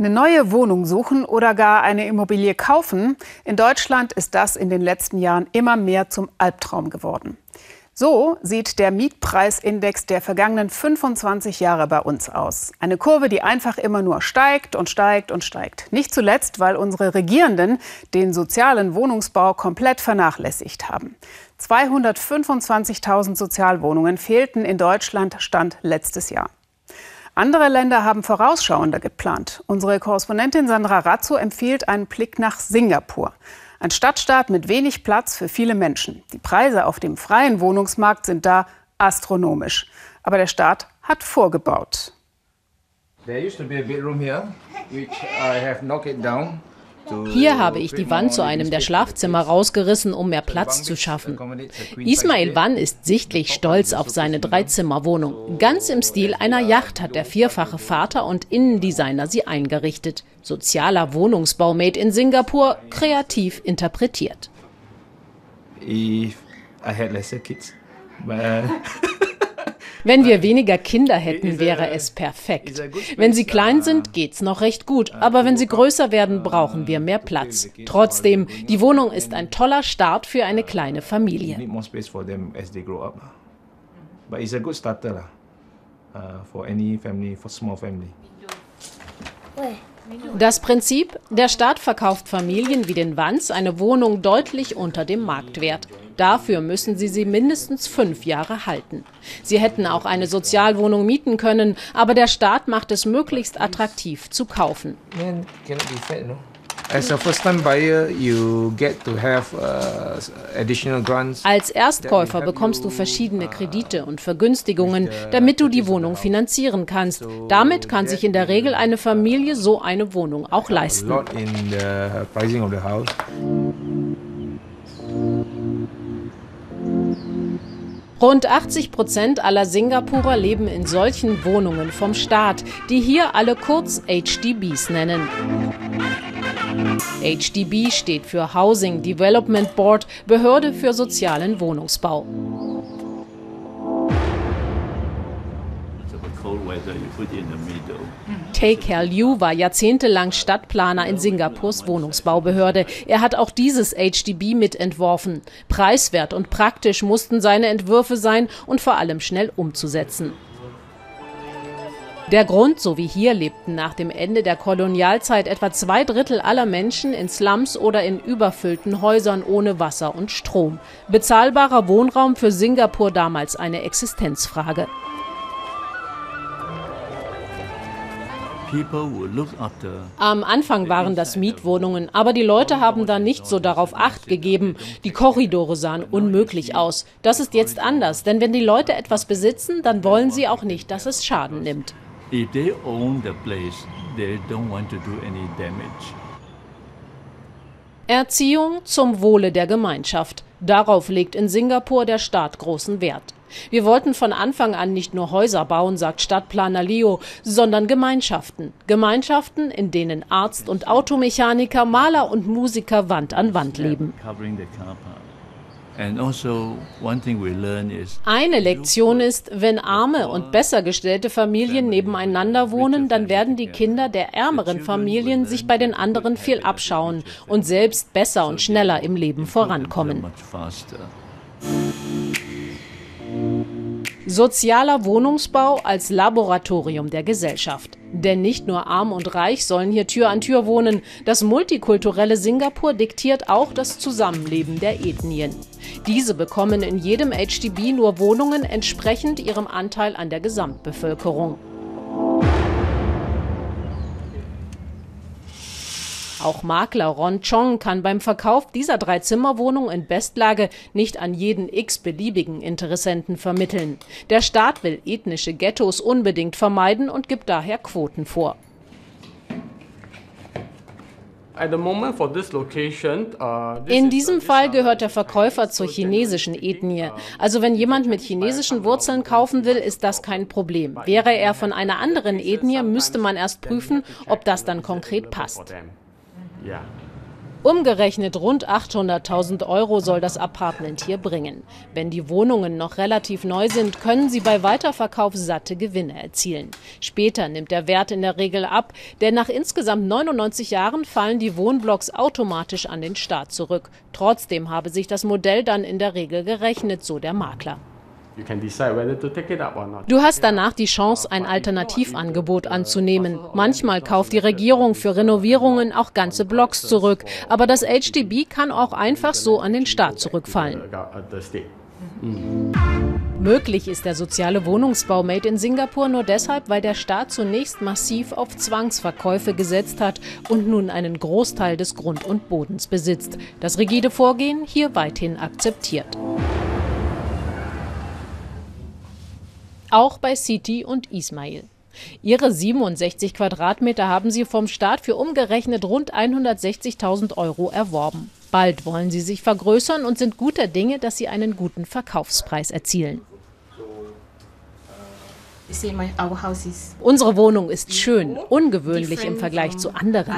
Eine neue Wohnung suchen oder gar eine Immobilie kaufen? In Deutschland ist das in den letzten Jahren immer mehr zum Albtraum geworden. So sieht der Mietpreisindex der vergangenen 25 Jahre bei uns aus. Eine Kurve, die einfach immer nur steigt und steigt und steigt. Nicht zuletzt, weil unsere Regierenden den sozialen Wohnungsbau komplett vernachlässigt haben. 225.000 Sozialwohnungen fehlten in Deutschland Stand letztes Jahr. Andere Länder haben vorausschauender geplant. Unsere Korrespondentin Sandra Razzo empfiehlt einen Blick nach Singapur. Ein Stadtstaat mit wenig Platz für viele Menschen. Die Preise auf dem freien Wohnungsmarkt sind da astronomisch. Aber der Staat hat vorgebaut. Hier habe ich die Wand zu einem der Schlafzimmer rausgerissen, um mehr Platz zu schaffen. Ismail Wan ist sichtlich stolz auf seine Dreizimmerwohnung. Ganz im Stil einer Yacht hat der vierfache Vater und Innendesigner sie eingerichtet. Sozialer Wohnungsbau made in Singapur, kreativ interpretiert. Wenn wir weniger Kinder hätten, wäre es perfekt. Wenn sie klein sind, geht's noch recht gut. Aber wenn sie größer werden, brauchen wir mehr Platz. Trotzdem, die Wohnung ist ein toller Start für eine kleine Familie. Das Prinzip: Der Staat verkauft Familien wie den Wans eine Wohnung deutlich unter dem Marktwert. Dafür müssen sie mindestens 5 Jahre halten. Sie hätten auch eine Sozialwohnung mieten können, aber der Staat macht es möglichst attraktiv zu kaufen. Als Erstkäufer bekommst du verschiedene Kredite und Vergünstigungen, damit du die Wohnung finanzieren kannst. Damit kann sich in der Regel eine Familie so eine Wohnung auch leisten. Rund 80% aller Singapurer leben in solchen Wohnungen vom Staat, die hier alle kurz HDBs nennen. HDB steht für Housing Development Board, Behörde für sozialen Wohnungsbau. Tay Kel Liu war jahrzehntelang Stadtplaner in Singapurs Wohnungsbaubehörde. Er hat auch dieses HDB mitentworfen. Preiswert und praktisch mussten seine Entwürfe sein und vor allem schnell umzusetzen. Der Grund: so wie hier lebten nach dem Ende der Kolonialzeit etwa 2/3 aller Menschen in Slums oder in überfüllten Häusern ohne Wasser und Strom. Bezahlbarer Wohnraum für Singapur damals eine Existenzfrage. Am Anfang waren das Mietwohnungen, aber die Leute haben da nicht so darauf Acht gegeben. Die Korridore sahen unmöglich aus. Das ist jetzt anders, denn wenn die Leute etwas besitzen, dann wollen sie auch nicht, dass es Schaden nimmt. Erziehung zum Wohle der Gemeinschaft. Darauf legt in Singapur der Staat großen Wert. Wir wollten von Anfang an nicht nur Häuser bauen, sagt Stadtplaner Leo, sondern Gemeinschaften. Gemeinschaften, in denen Arzt und Automechaniker, Maler und Musiker Wand an Wand leben. Eine Lektion ist: Wenn arme und besser gestellte Familien nebeneinander wohnen, dann werden die Kinder der ärmeren Familien sich bei den anderen viel abschauen und selbst besser und schneller im Leben vorankommen. Sozialer Wohnungsbau als Laboratorium der Gesellschaft. Denn nicht nur Arm und Reich sollen hier Tür an Tür wohnen. Das multikulturelle Singapur diktiert auch das Zusammenleben der Ethnien. Diese bekommen in jedem HDB nur Wohnungen entsprechend ihrem Anteil an der Gesamtbevölkerung. Auch Makler Ron Chong kann beim Verkauf dieser Dreizimmerwohnung in Bestlage nicht an jeden x-beliebigen Interessenten vermitteln. Der Staat will ethnische Ghettos unbedingt vermeiden und gibt daher Quoten vor. In diesem Fall gehört der Verkäufer zur chinesischen Ethnie. Also wenn jemand mit chinesischen Wurzeln kaufen will, ist das kein Problem. Wäre er von einer anderen Ethnie, müsste man erst prüfen, ob das dann konkret passt. Umgerechnet rund 800.000 € soll das Apartment hier bringen. Wenn die Wohnungen noch relativ neu sind, können sie bei Weiterverkauf satte Gewinne erzielen. Später nimmt der Wert in der Regel ab, denn nach insgesamt 99 Jahren fallen die Wohnblocks automatisch an den Staat zurück. Trotzdem habe sich das Modell dann in der Regel gerechnet, so der Makler. Du hast danach die Chance, ein Alternativangebot anzunehmen. Manchmal kauft die Regierung für Renovierungen auch ganze Blocks zurück. Aber das HDB kann auch einfach so an den Staat zurückfallen. Möglich ist der soziale Wohnungsbau made in Singapur nur deshalb, weil der Staat zunächst massiv auf Zwangsverkäufe gesetzt hat und nun einen Großteil des Grund und Bodens besitzt. Das rigide Vorgehen hier weithin akzeptiert. Auch bei Siti und Ismail. Ihre 67 Quadratmeter haben sie vom Staat für umgerechnet rund 160.000 € erworben. Bald wollen sie sich vergrößern und sind guter Dinge, dass sie einen guten Verkaufspreis erzielen. Unsere Wohnung ist schön, ungewöhnlich im Vergleich zu anderen.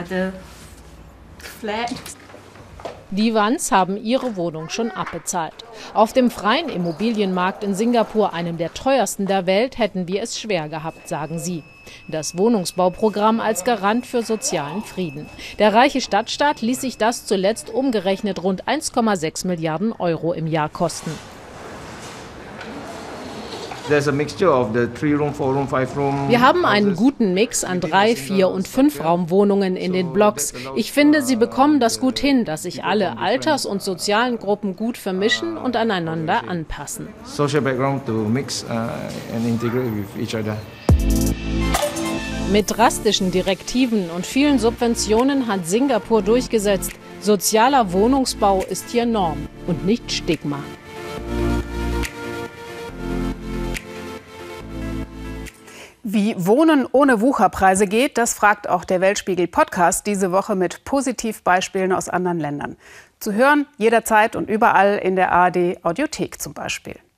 Die Wans haben ihre Wohnung schon abbezahlt. Auf dem freien Immobilienmarkt in Singapur, einem der teuersten der Welt, hätten wir es schwer gehabt, sagen sie. Das Wohnungsbauprogramm als Garant für sozialen Frieden. Der reiche Stadtstaat ließ sich das zuletzt umgerechnet rund 1,6 Milliarden € im Jahr kosten. Wir haben einen guten Mix an 3-, 4- und 5-Raumwohnungen in den Blocks. Ich finde, sie bekommen das gut hin, dass sich alle Alters- und sozialen Gruppen gut vermischen und aneinander anpassen. Mit drastischen Direktiven und vielen Subventionen hat Singapur durchgesetzt, sozialer Wohnungsbau ist hier Norm und nicht Stigma. Wie Wohnen ohne Wucherpreise geht, das fragt auch der Weltspiegel-Podcast diese Woche mit Positivbeispielen aus anderen Ländern. Zu hören jederzeit und überall in der ARD-Audiothek zum Beispiel.